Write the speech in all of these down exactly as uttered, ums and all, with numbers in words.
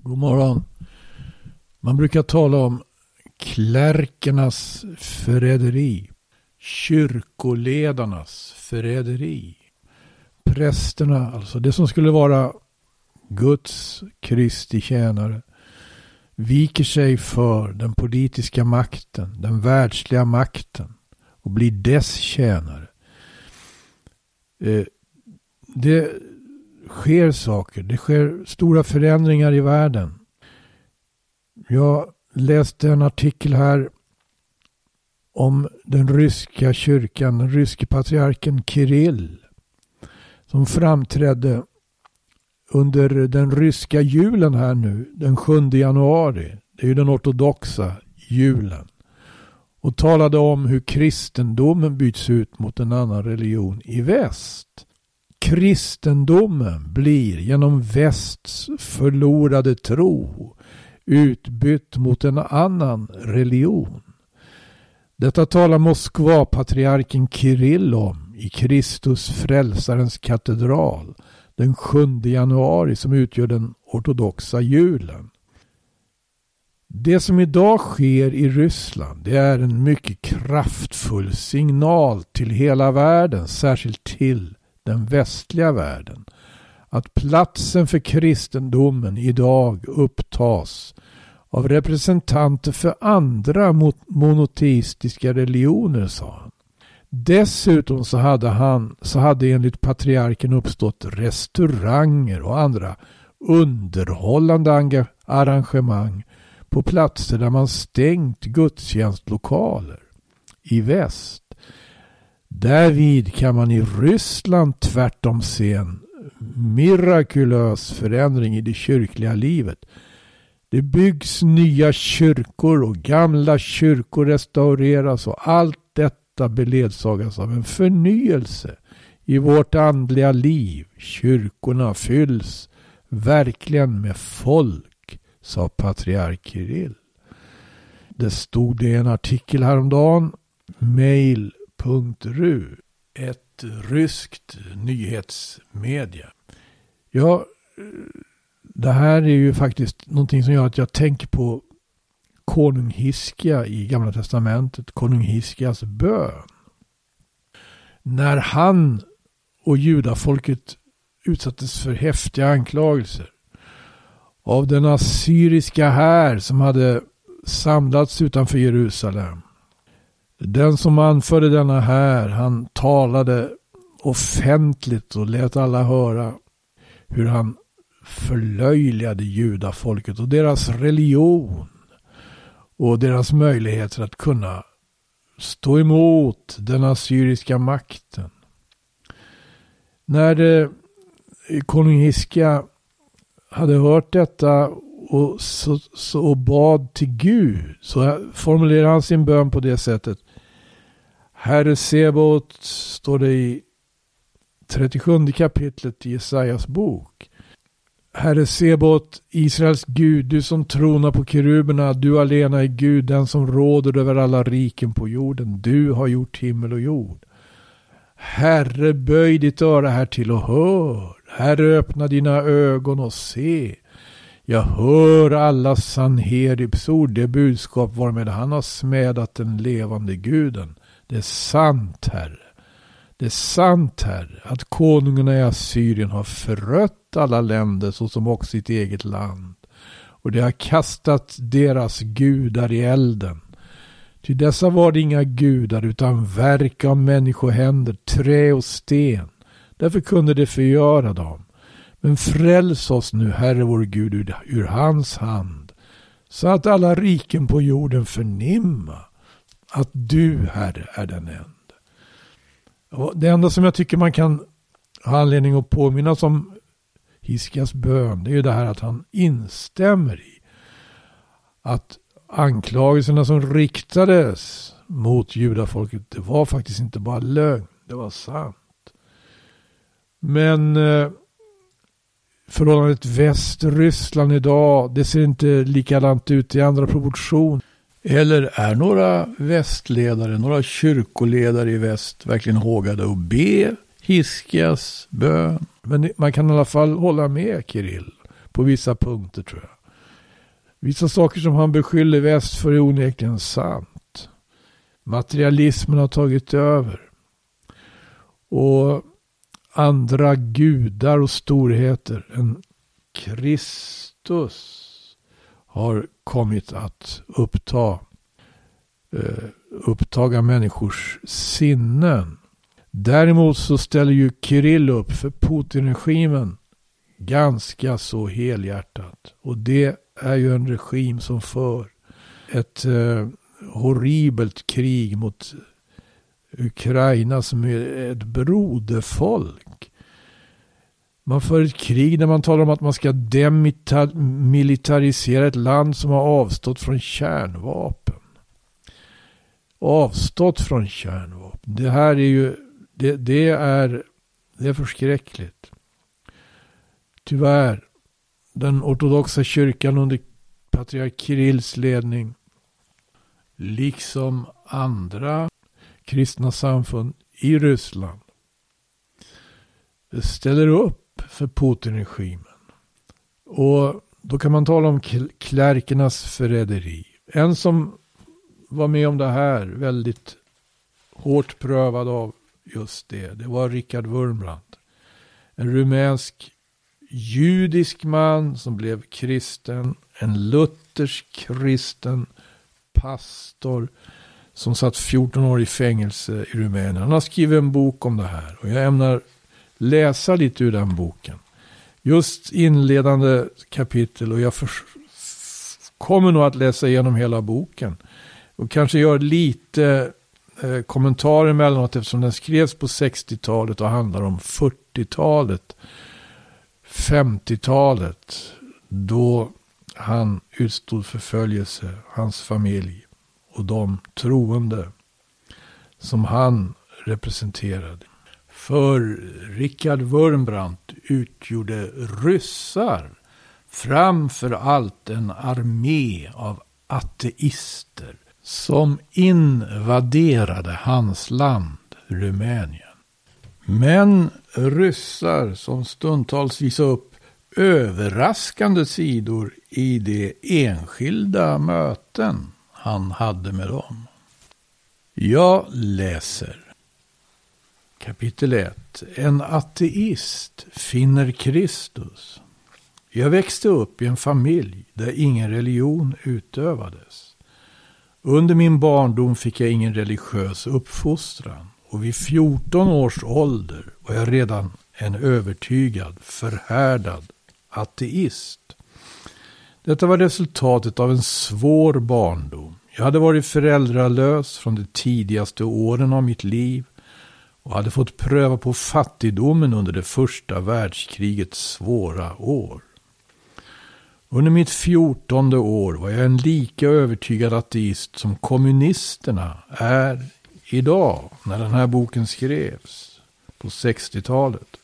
God morgon. Man brukar tala om klärkernas förräderi, kyrkoledarnas förräderi. Prästerna, alltså det som skulle vara Guds Kristi tjänare, viker sig för den politiska makten, den världsliga makten och blir dess tjänare. Eh, det sker saker, det sker stora förändringar i världen. Jag läste en artikel här om den ryska kyrkan, den ryske patriarken Kirill, som framträdde under den ryska julen här nu, den sjunde januari. Det är ju den ortodoxa julen. Och talade om hur kristendomen byts ut mot en annan religion i väst. Kristendomen blir genom västs förlorade tro utbytt mot en annan religion. Detta talar Moskva-patriarken Kirill om i Kristus frälsarens katedral den sjunde januari, som utgör den ortodoxa julen. Det som idag sker i Ryssland, det är en mycket kraftfull signal till hela världen, särskilt till den västliga världen, att platsen för kristendomen idag upptas av representanter för andra monoteistiska religioner, sa han. Dessutom så hade han, så hade enligt patriarken uppstått restauranger och andra underhållande arrangemang på platser där man stängt gudstjänstlokaler i väst. Därvid kan man i Ryssland tvärtom se en mirakulös förändring i det kyrkliga livet. Det byggs nya kyrkor och gamla kyrkor restaureras, och allt detta beledsagas av en förnyelse i vårt andliga liv. Kyrkorna fylls verkligen med folk, sa patriark Kirill. Det stod det i en artikel häromdagen, mail punkt ru, ett ryskt nyhetsmedia. Ja, det här är ju faktiskt någonting som gör att jag tänker på konung Hiskia i Gamla testamentet, konung Hiskias bön. När han och judafolket utsattes för häftiga anklagelser av den assyriska här som hade samlats utanför Jerusalem. Den som anförde denna här, han talade offentligt och lät alla höra hur han förlöjligade judafolket och deras religion och deras möjligheter att kunna stå emot den assyriska makten. När det, konung Hiskia hade hört detta och, så, så, och bad till Gud, så formulerade han sin bön på det sättet: Herre Sebot, står det i trettiosjunde kapitlet i Jesajas bok. Herre Sebot, Israels Gud, du som tronar på keruberna, du alena är Gud, den som råder över alla riken på jorden. Du har gjort himmel och jord. Herre, böj ditt öra här till och hör. Herre, öppna dina ögon och se. Jag hör alla Sanheribs ord, det budskap varmed han har smädat den levande guden. Det är sant, Herre. Det är sant, Herre, att konungarna i Assyrien har förrött alla länder såsom också sitt eget land. Och det har kastat deras gudar i elden. Till dessa var det inga gudar utan verk av människohänder, trä och sten. Därför kunde det förgöra dem. Men fräls oss nu, Herre vår Gud, ur, ur hans hand, så att alla riken på jorden förnimma att du, Herre, är den enda. Och det enda som jag tycker man kan ha anledning att påminna om Hiskias bön, det är ju det här att han instämmer i att anklagelserna som riktades mot judafolket, det var faktiskt inte bara lögn, det var sant. Men eh, förhållandet Västryssland idag, det ser inte likadant ut i andra proportion. Eller är några västledare, några kyrkoledare i väst verkligen hågade att be Hiskias bön? Men man kan i alla fall hålla med Kirill på vissa punkter, tror jag. Vissa saker som han beskyller väst för är onekligen sant. Materialismen har tagit över. Och andra gudar och storheter än Kristus har kommit att uppta, eh, upptaga människors sinnen. Däremot så ställer ju Kirill upp för Putin-regimen ganska så helhjärtat. Och det är ju en regim som för ett eh, horribelt krig mot Ukraina som är ett broderfolk. Man för ett krig där man talar om att man ska demilitarisera ett land som har avstått från kärnvapen. Avstått från kärnvapen. Det här är ju det, det är det är förskräckligt. Tyvärr, den ortodoxa kyrkan under patriark Kirills ledning, liksom andra kristna samfund i Ryssland, ställer upp för Putin-regimen. Och då kan man tala om klärkernas förräderi. En som var med om det här, väldigt hårt prövad av just det, det var Richard Wurmbrand. En rumänsk judisk man som blev kristen, en luthersk kristen pastor som satt fjorton år i fängelse i Rumänien. Han har skrivit en bok om det här och jag ämnar läsa lite ur den boken. Just inledande kapitel, och jag för, kommer nog att läsa igenom hela boken och kanske göra lite eh, kommentarer emellanåt eftersom den skrevs på sextiotalet och handlar om fyrtiotalet, femtiotalet då han utstod förföljelse, hans familj och de troende som han representerade. För Richard Wurmbrand utgjorde ryssar framför allt en armé av ateister som invaderade hans land, Rumänien. Men ryssar som stundtals visade upp överraskande sidor i de enskilda möten han hade med dem. Jag läser. Kapitel ett. En ateist finner Kristus. Jag växte upp i en familj där ingen religion utövades. Under min barndom fick jag ingen religiös uppfostran och vid fjorton års ålder var jag redan en övertygad, förhärdad ateist. Detta var resultatet av en svår barndom. Jag hade varit föräldralös från de tidigaste åren av mitt liv och hade fått pröva på fattigdomen under det första världskrigets svåra år. Under mitt fjortonde år var jag en lika övertygad ateist som kommunisterna är idag när den här boken skrevs på sextiotalet.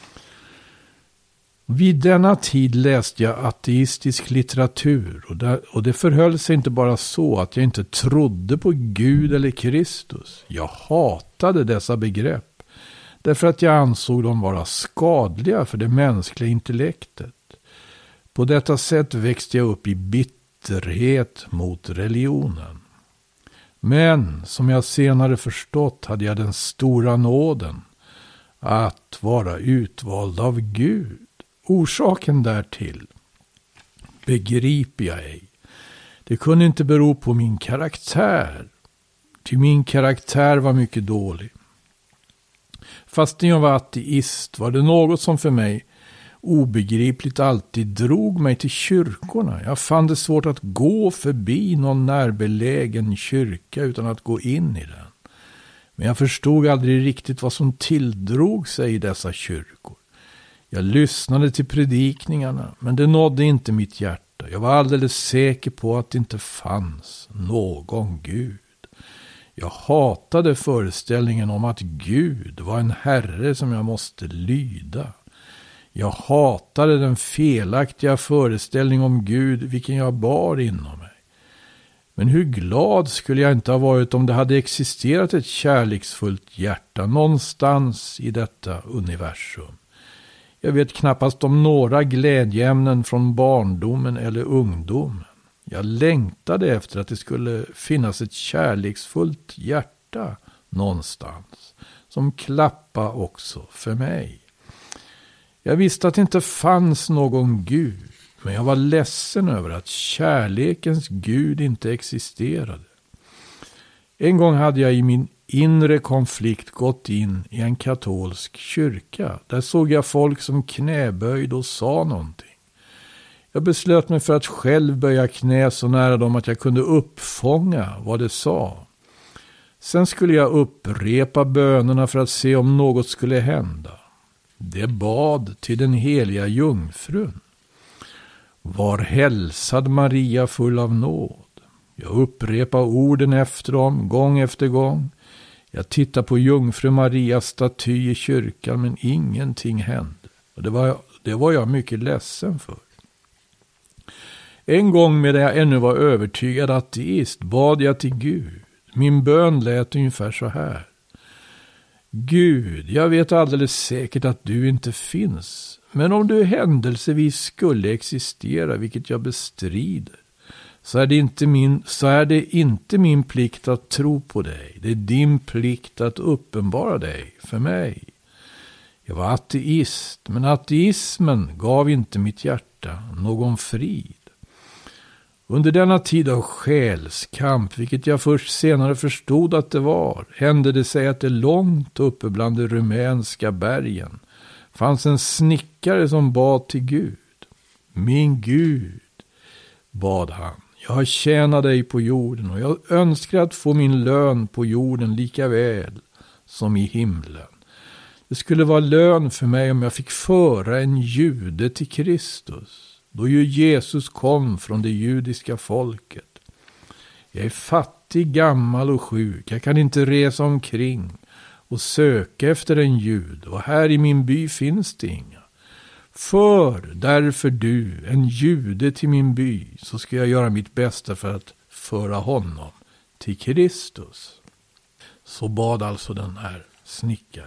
Vid denna tid läste jag ateistisk litteratur och, där, och det förhöll sig inte bara så att jag inte trodde på Gud eller Kristus. Jag hatade dessa begrepp därför att jag ansåg dem vara skadliga för det mänskliga intellektet. På detta sätt växte jag upp i bitterhet mot religionen. Men som jag senare förstått hade jag den stora nåden att vara utvald av Gud. Orsaken därtill begriper jag ej. Det kunde inte bero på min karaktär. Ty min karaktär var mycket dålig. Fastän jag var ateist var det något som för mig obegripligt alltid drog mig till kyrkorna. Jag fann det svårt att gå förbi någon närbelägen kyrka utan att gå in i den. Men jag förstod aldrig riktigt vad som tilldrog sig i dessa kyrkor. Jag lyssnade till predikningarna, men det nådde inte mitt hjärta. Jag var alldeles säker på att det inte fanns någon Gud. Jag hatade föreställningen om att Gud var en herre som jag måste lyda. Jag hatade den felaktiga föreställning om Gud vilken jag bar inom mig. Men hur glad skulle jag inte ha varit om det hade existerat ett kärleksfullt hjärta någonstans i detta universum. Jag vet knappast om några glädjeämnen från barndomen eller ungdomen. Jag längtade efter att det skulle finnas ett kärleksfullt hjärta någonstans som klappa också för mig. Jag visste att det inte fanns någon Gud, men jag var ledsen över att kärlekens Gud inte existerade. En gång hade jag i min inre konflikt gått in i en katolsk kyrka. Där såg jag folk som knäböjde och sa någonting. Jag beslöt mig för att själv böja knä så nära dem att jag kunde uppfånga vad det sa. Sen skulle jag upprepa bönerna för att se om något skulle hända. Det bad till den heliga jungfrun. Var hälsad Maria full av nåd. Jag upprepade orden efter dem, gång efter gång. Jag tittade på jungfru Marias staty i kyrkan, men ingenting hände. Och det var, det var jag mycket ledsen för. En gång medan jag ännu var övertygad ateist bad jag till Gud. Min bön lät ungefär så här. Gud, jag vet alldeles säkert att du inte finns. Men om du händelsevis skulle existera, vilket jag bestrider, så är det inte min, så är det inte min plikt att tro på dig. Det är din plikt att uppenbara dig för mig. Jag var ateist, men ateismen gav inte mitt hjärta någon frid. Under denna tid av själskamp, vilket jag först senare förstod att det var, hände det sig att det långt uppe bland de rumänska bergen fanns en snickare som bad till Gud. Min Gud, bad han, jag tjänar dig på jorden och jag önskar att få min lön på jorden lika väl som i himlen. Det skulle vara lön för mig om jag fick föra en jude till Kristus, då ju Jesus kom från det judiska folket. Jag är fattig, gammal och sjuk. Jag kan inte resa omkring och söka efter en jud. Och här i min by finns det inga. För därför du, en jude till min by, så ska jag göra mitt bästa för att föra honom till Kristus. Så bad alltså den här snickaren.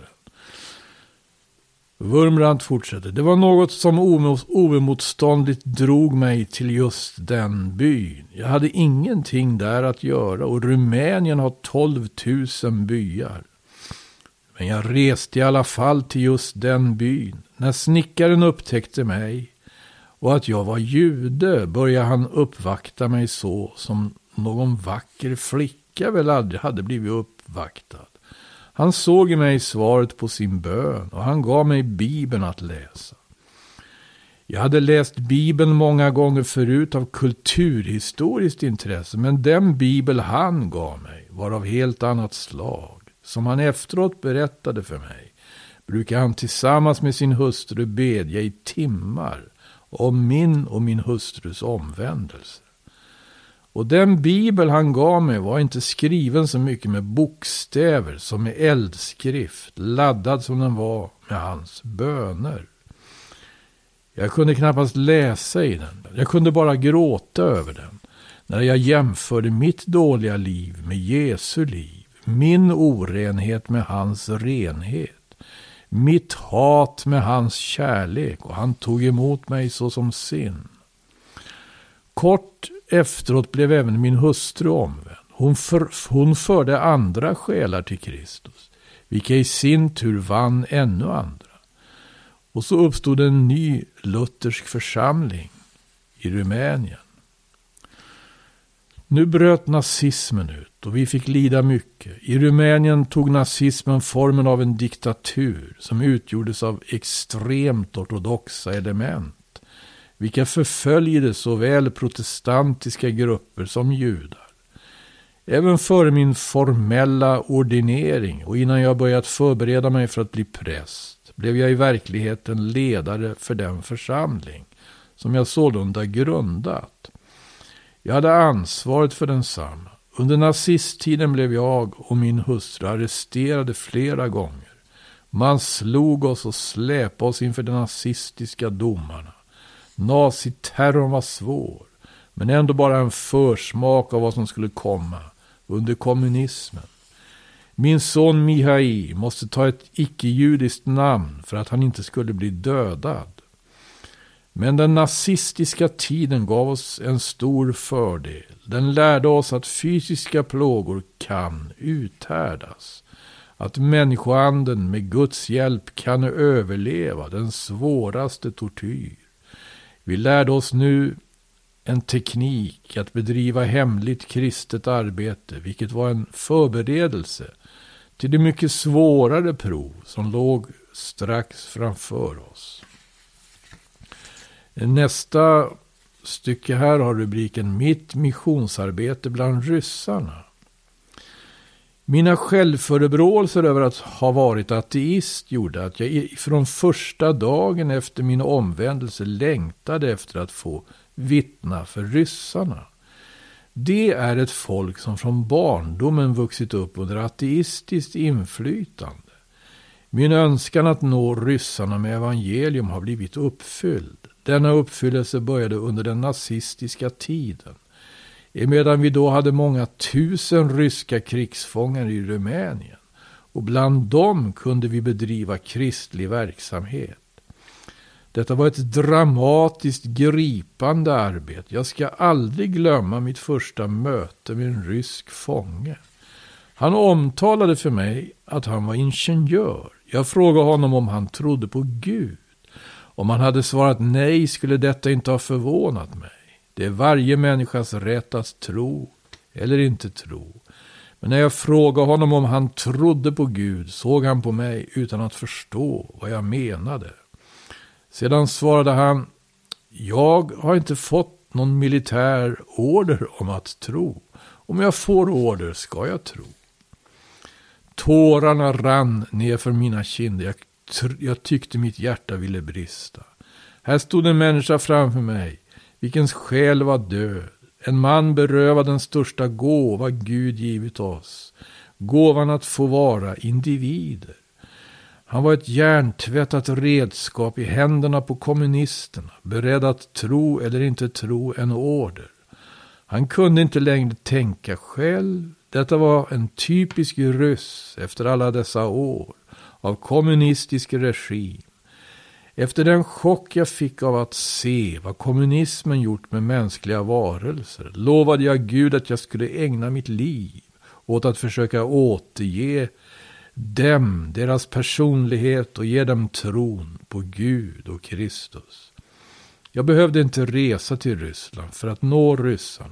Wurmbrand fortsätter. Det var något som oemotståndligt drog mig till just den byn. Jag hade ingenting där att göra och Rumänien har tolv tusen byar. Men jag reste i alla fall till just den byn. När snickaren upptäckte mig och att jag var jude började han uppvakta mig så som någon vacker flicka väl aldrig hade blivit uppvaktad. Han såg i mig svaret på sin bön och han gav mig Bibeln att läsa. Jag hade läst Bibeln många gånger förut av kulturhistoriskt intresse, men den Bibel han gav mig var av helt annat slag. Som han efteråt berättade för mig brukar han tillsammans med sin hustru bedja i timmar om min och min hustrus omvändelse. Och den bibel han gav mig var inte skriven så mycket med bokstäver som med eldskrift, laddad som den var med hans böner. Jag kunde knappast läsa i den. Jag kunde bara gråta över den. När jag jämförde mitt dåliga liv med Jesu liv, min orenhet med hans renhet, mitt hat med hans kärlek, och han tog emot mig så som sin. Kort efteråt blev även min hustru omvänd. Hon, för, hon förde andra själar till Kristus, vilka i sin tur vann ännu andra. Och så uppstod en ny luthersk församling i Rumänien. Nu bröt nazismen ut och vi fick lida mycket. I Rumänien tog nazismen formen av en diktatur som utgjordes av extremt ortodoxa element, vilka förföljde såväl protestantiska grupper som judar. Även före min formella ordinering och innan jag börjat förbereda mig för att bli präst blev jag i verkligheten ledare för den församling som jag sålunda grundat. Jag hade ansvaret för densamma. Under nazisttiden blev jag och min hustru arresterade flera gånger. Man slog oss och släpade oss inför de nazistiska domarna. Naziterrorn var svår, men ändå bara en försmak av vad som skulle komma under kommunismen. Min son Mihai måste ta ett icke-judiskt namn för att han inte skulle bli dödad. Men den nazistiska tiden gav oss en stor fördel. Den lärde oss att fysiska plågor kan uthärdas. Att människoanden med Guds hjälp kan överleva den svåraste tortyr. Vi lärde oss nu en teknik att bedriva hemligt kristet arbete, vilket var en förberedelse till det mycket svårare prov som låg strax framför oss. Nästa stycke här har rubriken Mitt missionsarbete bland ryssarna. Mina självförebråelser över att ha varit ateist gjorde att jag från första dagen efter min omvändelse längtade efter att få vittna för ryssarna. Det är ett folk som från barndomen vuxit upp under ateistiskt inflytande. Min önskan att nå ryssarna med evangelium har blivit uppfylld. Denna uppfyllelse började under den nazistiska tiden. Emedan vi då hade många tusen ryska krigsfångar i Rumänien. Och bland dem kunde vi bedriva kristlig verksamhet. Detta var ett dramatiskt gripande arbete. Jag ska aldrig glömma mitt första möte med en rysk fånge. Han omtalade för mig att han var ingenjör. Jag frågade honom om han trodde på Gud. Om han hade svarat nej skulle detta inte ha förvånat mig. Det är varje människas rätt att tro eller inte tro. Men när jag frågade honom om han trodde på Gud såg han på mig utan att förstå vad jag menade. Sedan svarade han, jag har inte fått någon militär order om att tro. Om jag får order ska jag tro. Tårarna rann ner för mina kinder. Jag, jag tyckte mitt hjärta ville brista. Här stod en människa framför mig, vilkens själ var död. En man berövad den största gåva Gud givit oss. Gåvan att få vara individer. Han var ett hjärntvättat redskap i händerna på kommunisterna, beredd att tro eller inte tro en order. Han kunde inte längre tänka själv. Detta var en typisk ryss efter alla dessa år av kommunistisk regim. Efter den chock jag fick av att se vad kommunismen gjort med mänskliga varelser lovade jag Gud att jag skulle ägna mitt liv åt att försöka återge dem, deras personlighet och ge dem tron på Gud och Kristus. Jag behövde inte resa till Ryssland för att nå ryssarna.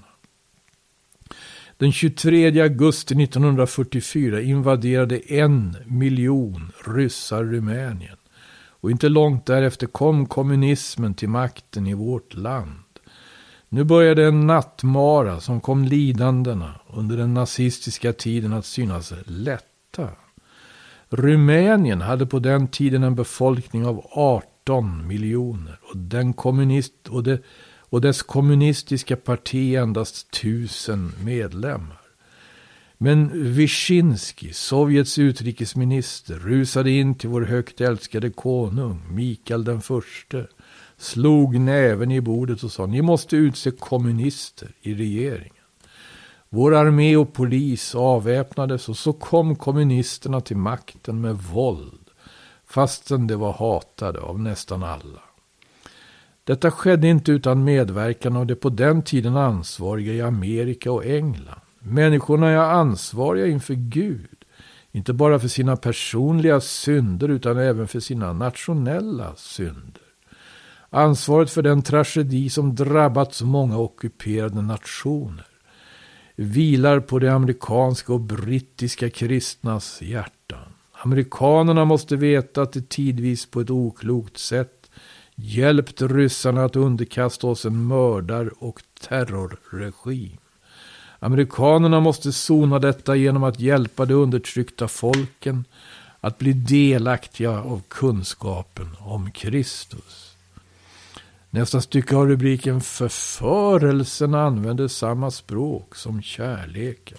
Den tjugotredje augusti nittonhundrafyrtiofyra invaderade en miljon ryssar Rumänien. Och inte långt därefter kom kommunismen till makten i vårt land. Nu började en nattmara som kom lidandena under den nazistiska tiden att synas lätta. Rumänien hade på den tiden en befolkning av arton miljoner och, den kommunist, och, det, och dess kommunistiska parti endast tusen medlemmar. Men Wyszynski, Sovjets utrikesminister, rusade in till vår högt älskade konung, Mikael den förste, slog näven i bordet och sa, ni måste utse kommunister i regeringen. Vår armé och polis avväpnades och så kom kommunisterna till makten med våld, fastän de var hatade av nästan alla. Detta skedde inte utan medverkan av de på den tiden ansvariga i Amerika och England. Människorna är ansvariga inför Gud, inte bara för sina personliga synder utan även för sina nationella synder. Ansvaret för den tragedi som drabbat så många ockuperade nationer vilar på de amerikanska och brittiska kristnas hjärtan. Amerikanerna måste veta att det tidvis på ett oklokt sätt hjälpt ryssarna att underkasta oss en mördar- och terrorregim. Amerikanerna måste sona detta genom att hjälpa de undertryckta folken att bli delaktiga av kunskapen om Kristus. Nästa stycke har rubriken Förförelsen använder samma språk som kärleken.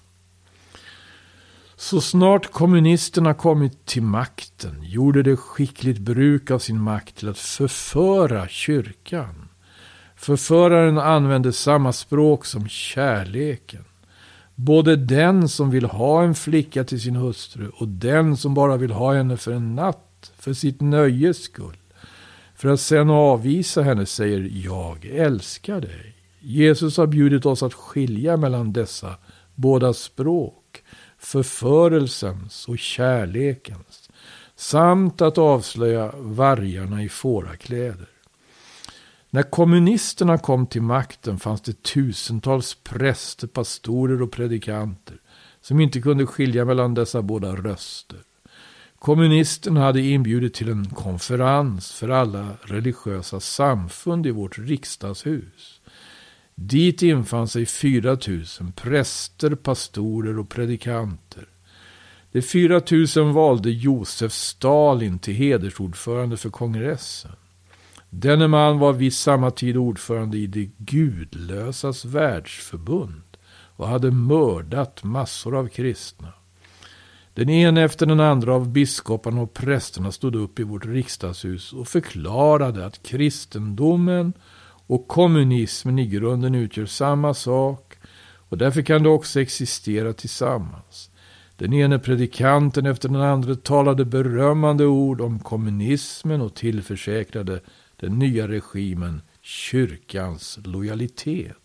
Så snart kommunisterna kommit till makten gjorde de skickligt bruk av sin makt till att förföra kyrkan. Förföraren använde samma språk som kärleken. Både den som vill ha en flicka till sin hustru och den som bara vill ha henne för en natt, för sitt nöjes skull, för att sedan avvisa henne säger jag älskar dig. Jesus har bjudit oss att skilja mellan dessa båda språk, förförelsens och kärlekens, samt att avslöja vargarna i fårakläder. När kommunisterna kom till makten fanns det tusentals präster, pastorer och predikanter som inte kunde skilja mellan dessa båda röster. Kommunisterna hade inbjudit till en konferens för alla religiösa samfund i vårt riksdagshus. Dit infann sig fyra tusen präster, pastorer och predikanter. De fyra tusen valde Josef Stalin till hedersordförande för kongressen. Denne man var vid samma tid ordförande i det gudlösas världsförbund och hade mördat massor av kristna. Den ena efter den andra av biskoparna och prästerna stod upp i vårt riksdagshus och förklarade att kristendomen och kommunismen i grunden utgör samma sak och därför kan de också existera tillsammans. Den ene predikanten efter den andra talade berömmande ord om kommunismen och tillförsäkrade den nya regimen kyrkans lojalitet.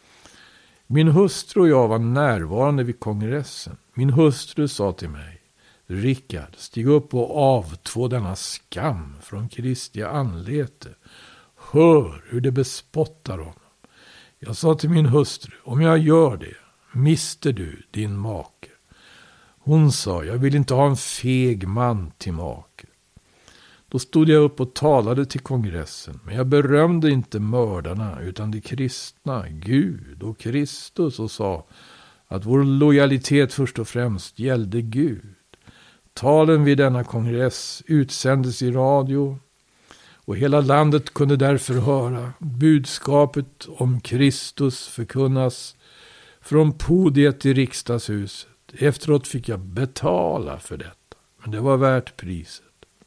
Min hustru och jag var närvarande vid kongressen. Min hustru sa till mig: Rickard, stig upp och avtvå denna skam från Kristi anlete. Hör hur det bespottar honom. Jag sa till min hustru: om jag gör det, mister du din make. Hon sa: jag vill inte ha en feg man till make. Då stod jag upp och talade till kongressen, men jag berömde inte mördarna utan de kristna, Gud och Kristus, och sa att vår lojalitet först och främst gällde Gud. Talen vid denna kongress utsändes i radio och hela landet kunde därför höra budskapet om Kristus förkunnas från podiet i riksdagshuset. Efteråt fick jag betala för detta, men det var värt priset.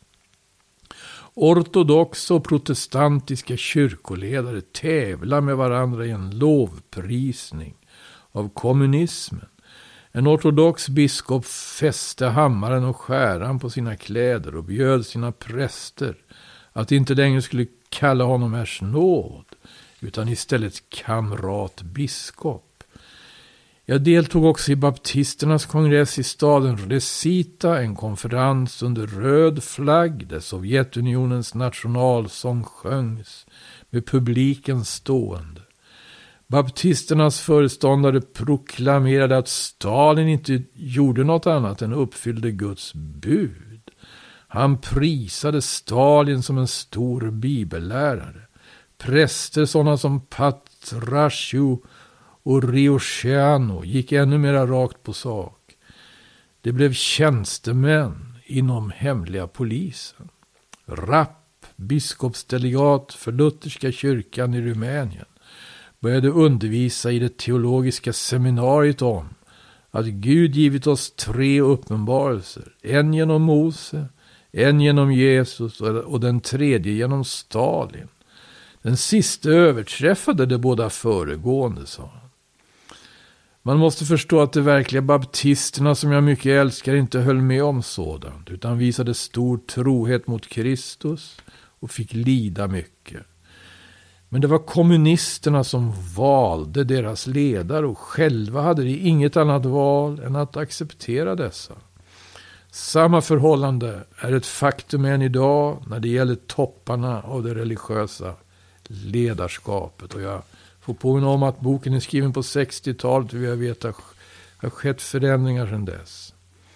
Ortodoxa och protestantiska kyrkoledare tävlar med varandra i en lovprisning av kommunismen. En ortodox biskop fäste hammaren och skäran på sina kläder och bjöd sina präster att inte längre skulle kalla honom Ers nåd utan istället kamrat biskop. Jag deltog också i baptisternas kongress i staden Recita, en konferens under röd flagg där Sovjetunionens nationalsång sjöngs med publiken stående. Baptisternas föreståndare proklamerade att Stalin inte gjorde något annat än uppfyllde Guds bud. Han prisade Stalin som en stor bibellärare. Präster sådana som Patraschu och Riosciano gick ännu mera rakt på sak. Det blev tjänstemän inom hemliga polisen. Rapp, biskopsdelegat för lutherska kyrkan i Rumänien, började undervisa i det teologiska seminariet om att Gud givit oss tre uppenbarelser. En genom Mose, en genom Jesus och den tredje genom Stalin. Den sista överträffade de båda föregående, sa han. Man måste förstå att de verkliga baptisterna som jag mycket älskar inte höll med om sådant, utan visade stor trohet mot Kristus och fick lida mycket. Men det var kommunisterna som valde deras ledare och själva hade de inget annat val än att acceptera dessa. Samma förhållande är ett faktum än idag när det gäller topparna av det religiösa ledarskapet. Och jag får påminna om att boken är skriven på sextiotalet och vi har vet att det har skett förändringar sedan dess.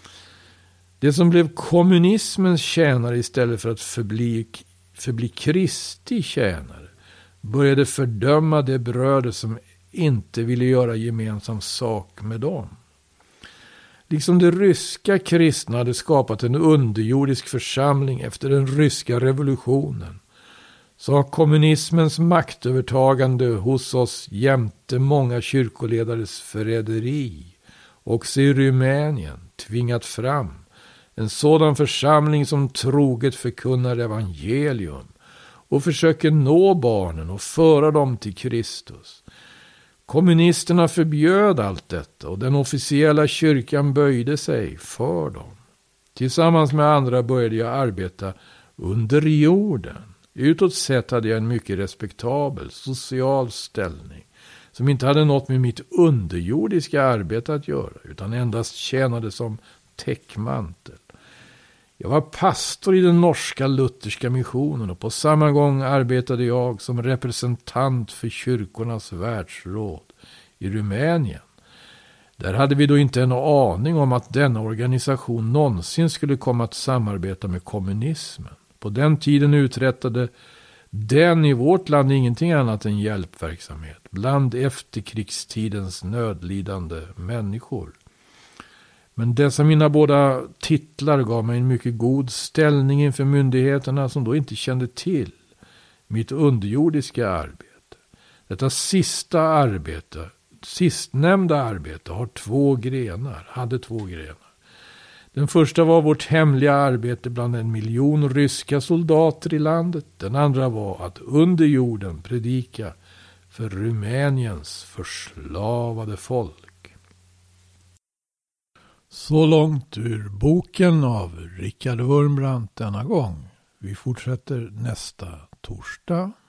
Det som blev kommunismens tjänare istället för att förbli, förbli Kristi tjänare började fördöma de bröder som inte ville göra gemensam sak med dem. Liksom de ryska kristna hade skapat en underjordisk församling efter den ryska revolutionen, så har kommunismens maktövertagande hos oss jämte många kyrkoledares förräderi också i Rumänien tvingat fram en sådan församling som troget förkunnar evangelium och försöker nå barnen och föra dem till Kristus. Kommunisterna förbjöd allt detta och den officiella kyrkan böjde sig för dem. Tillsammans med andra började jag arbeta under jorden Utåt sett hade jag en mycket respektabel social ställning som inte hade något med mitt underjordiska arbete att göra utan endast tjänade som täckmantel. Jag var pastor i den norska lutherska missionen och på samma gång arbetade jag som representant för kyrkornas världsråd i Rumänien. Där hade vi då inte en aning om att denna organisation någonsin skulle komma att samarbeta med kommunismen. På den tiden uträttade den i vårt land ingenting annat än hjälpverksamhet bland efterkrigstidens nödlidande människor. Men dessa mina båda titlar gav mig en mycket god ställning inför myndigheterna som då inte kände till mitt underjordiska arbete. Detta sista arbete, sistnämnda arbete har två grenar, hade två grenar. Den första var vårt hemliga arbete bland en miljon ryska soldater i landet. Den andra var att under jorden predika för Rumäniens förslavade folk. Så långt ur boken av Richard Wurmbrand denna gång. Vi fortsätter nästa torsdag.